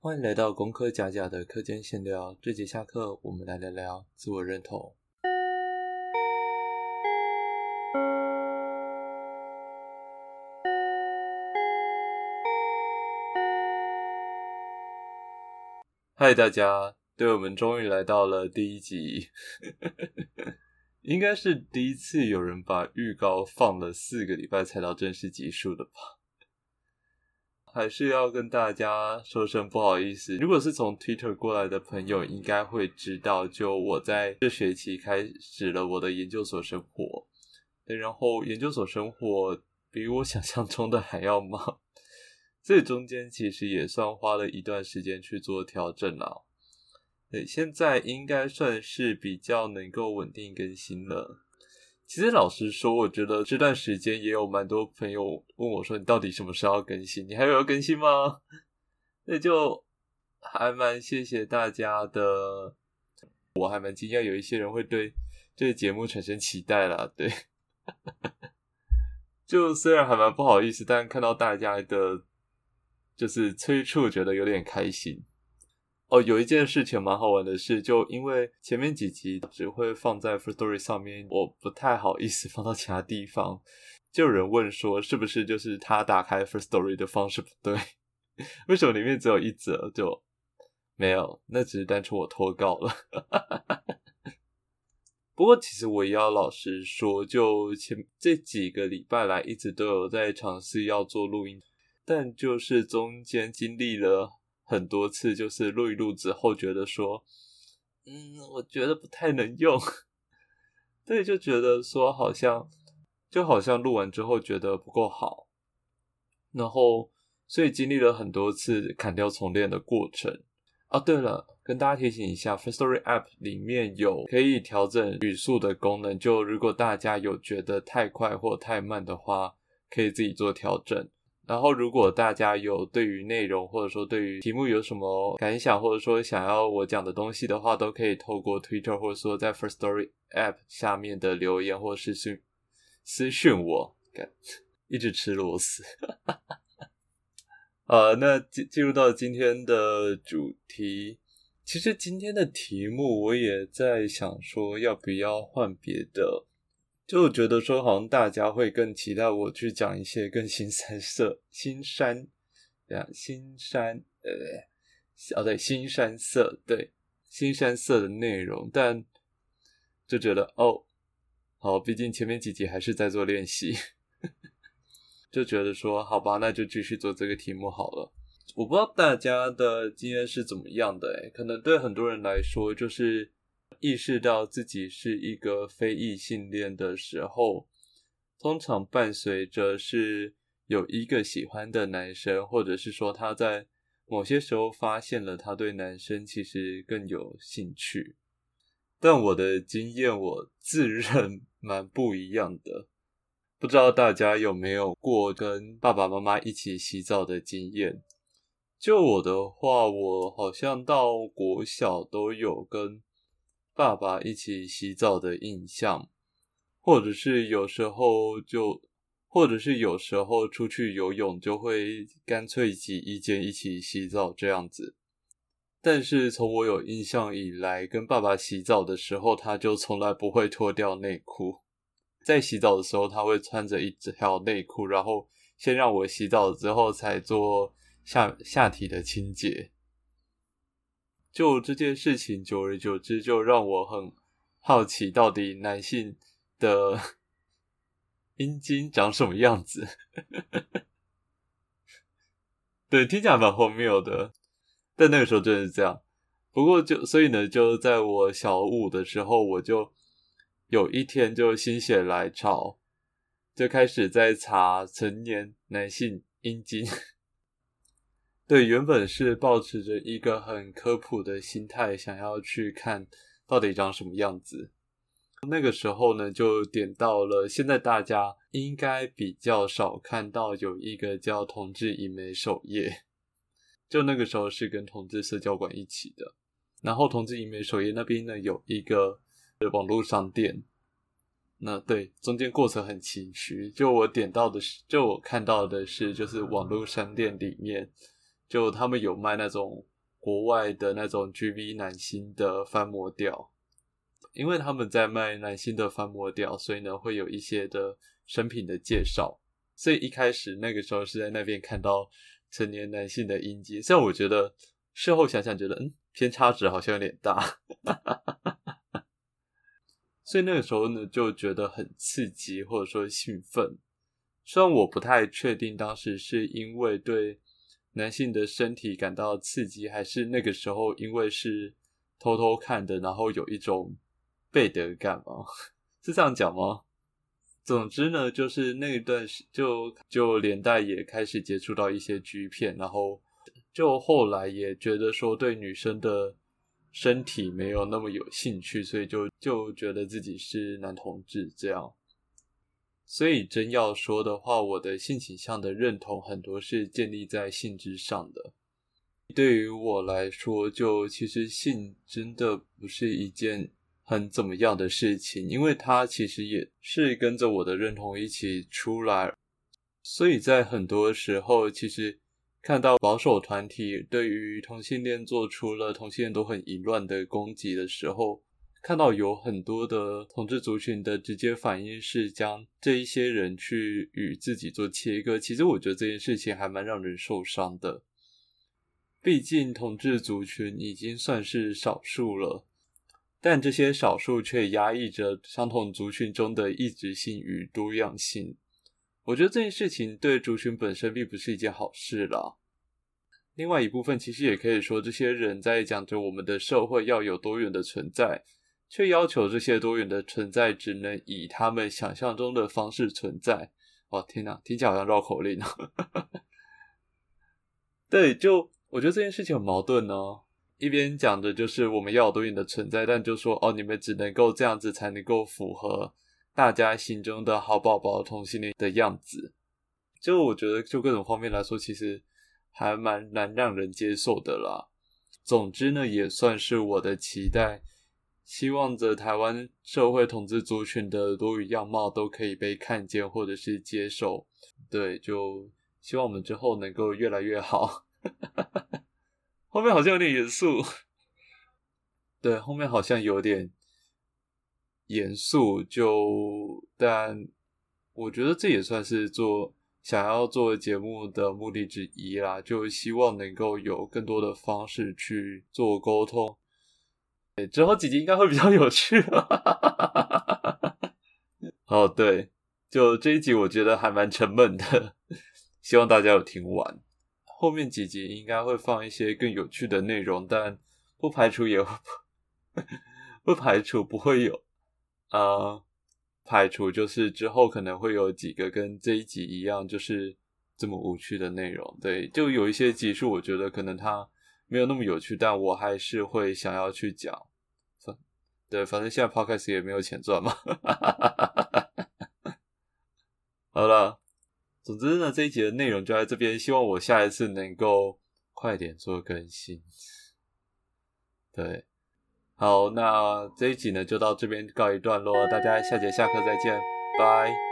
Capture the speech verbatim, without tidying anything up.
欢迎来到工科假假的课间闲聊，这节下课我们来聊聊自我认同。嗨大家，对，我们终于来到了第一集应该是第一次有人把预告放了四个礼拜才到正式集数的吧。还是要跟大家说声不好意思，如果是从 Twitter 过来的朋友应该会知道，就我在这学期开始了我的研究所生活，对，然后研究所生活比我想象中的还要忙，所以中间其实也算花了一段时间去做调整啦。对，现在应该算是比较能够稳定更新了。其实老实说，我觉得这段时间也有蛮多朋友问我说，你到底什么时候要更新？你还有要更新吗？那就还蛮谢谢大家的，我还蛮惊讶有一些人会对这个节目产生期待啦，对。就虽然还蛮不好意思，但看到大家的就是催促，觉得有点开心。哦，有一件事情蛮好玩的是，就因为前面几集只会放在 Firstory 上面，我不太好意思放到其他地方，就有人问说是不是就是他打开 Firstory 的方式不对，为什么里面只有一则？就没有，那只是单纯我脱稿了不过其实我也要老实说，就前这几个礼拜来一直都有在尝试要做录音，但就是中间经历了很多次，就是录一录之后觉得说嗯，我觉得不太能用对，就觉得说好像就好像录完之后觉得不够好，然后所以经历了很多次砍掉重练的过程。啊，对了，跟大家提醒一下 Firstory App 里面有可以调整语速的功能，就如果大家有觉得太快或太慢的话，可以自己做调整。然后如果大家有对于内容或者说对于题目有什么感想，或者说想要我讲的东西的话，都可以透过 Twitter 或者说在 Firstory App 下面的留言或是私私讯我，一直吃螺丝呃，那进进入到今天的主题，其实今天的题目我也在想说要不要换别的，就觉得说好像大家会更期待我去讲一些更新三色、新山，对啊，新山，呃，哦对，新山色，对，新山色的内容，但就觉得哦，好，毕竟前面几集还是在做练习。就觉得说好吧，那就继续做这个题目好了。我不知道大家的经验是怎么样的诶，可能对很多人来说，就是意识到自己是一个非异性恋的时候，通常伴随着是有一个喜欢的男生，或者是说他在某些时候发现了他对男生其实更有兴趣。但我的经验我自认蛮不一样的，不知道大家有没有过跟爸爸妈妈一起洗澡的经验。就我的话，我好像到国小都有跟爸爸一起洗澡的印象，或者是有时候就或者是有时候出去游泳就会干脆挤一间一起洗澡这样子。但是从我有印象以来，跟爸爸洗澡的时候，他就从来不会脱掉内裤。在洗澡的时候，他会穿着一条内裤，然后先让我洗澡之后才做下下体的清洁。就这件事情，久而久之就让我很好奇，到底男性的阴茎长什么样子。对，听起来蛮荒谬的，但那个时候真的是这样。不过就所以呢，就在我小五的时候，我就有一天就心血来潮，就开始在查成年男性阴茎。对，原本是抱持着一个很科普的心态，想要去看到底长什么样子。那个时候呢，就点到了现在大家应该比较少看到有一个叫同志医美首页，就那个时候是跟同志社交馆一起的。然后同志医美首页那边呢有一个网络商店，那对中间过程很崎岖，就我点到的是，就我看到的是，就是网络商店里面，就他们有卖那种国外的那种 G V 男星的翻模吊，因为他们在卖男星的翻模吊，所以呢会有一些的生平的介绍，所以一开始那个时候是在那边看到成年男性的阴茎，虽然我觉得事后想想觉得嗯偏差值好像有点大所以那个时候呢就觉得很刺激或者说兴奋，虽然我不太确定当时是因为对男性的身体感到刺激，还是那个时候因为是偷偷看的，然后有一种背德感吗？是这样讲吗？总之呢，就是那一段就就连带也开始接触到一些 G 片，然后就后来也觉得说对女生的身体没有那么有兴趣，所以就就觉得自己是男同志这样。所以真要说的话，我的性倾向的认同很多是建立在性之上的。对于我来说，就其实性真的不是一件很怎么样的事情，因为它其实也是跟着我的认同一起出来。所以在很多时候，其实看到保守团体对于同性恋做出了同性恋都很淫乱的攻击的时候，看到有很多的同志族群的直接反应是将这一些人去与自己做切割，其实我觉得这件事情还蛮让人受伤的。毕竟同志族群已经算是少数了，但这些少数却压抑着相同族群中的异质性与多样性。我觉得这件事情对族群本身并不是一件好事啦。另外一部分其实也可以说，这些人在讲着我们的社会要有多元的存在，却要求这些多元的存在只能以他们想象中的方式存在。哦天哪，听起来好像绕口令啊对，就我觉得这件事情很矛盾哦。一边讲的就是我们要有多元的存在，但就说哦，你们只能够这样子才能够符合大家心中的好宝宝同性恋的样子。就我觉得就各种方面来说，其实还蛮难让人接受的啦。总之呢，也算是我的期待，希望着台湾社会同志族群的多元样貌都可以被看见或者是接受。对，就希望我们之后能够越来越好后面好像有点严肃对，后面好像有点严肃，就但我觉得这也算是做想要做节目的目的之一啦，就希望能够有更多的方式去做沟通。对，之后几集应该会比较有趣哦，对，就这一集我觉得还蛮沉闷的，希望大家有听完。后面几集应该会放一些更有趣的内容，但不排除也不排除不会有呃，排除就是之后可能会有几个跟这一集一样就是这么无趣的内容。对，就有一些集数我觉得可能它没有那么有趣，但我还是会想要去讲。对，反正现在 podcast 也没有钱赚嘛好了，总之呢，这一集的内容就在这边，希望我下一次能够快点做更新。对，好，那这一集呢就到这边告一段落，大家下节下课再见，拜。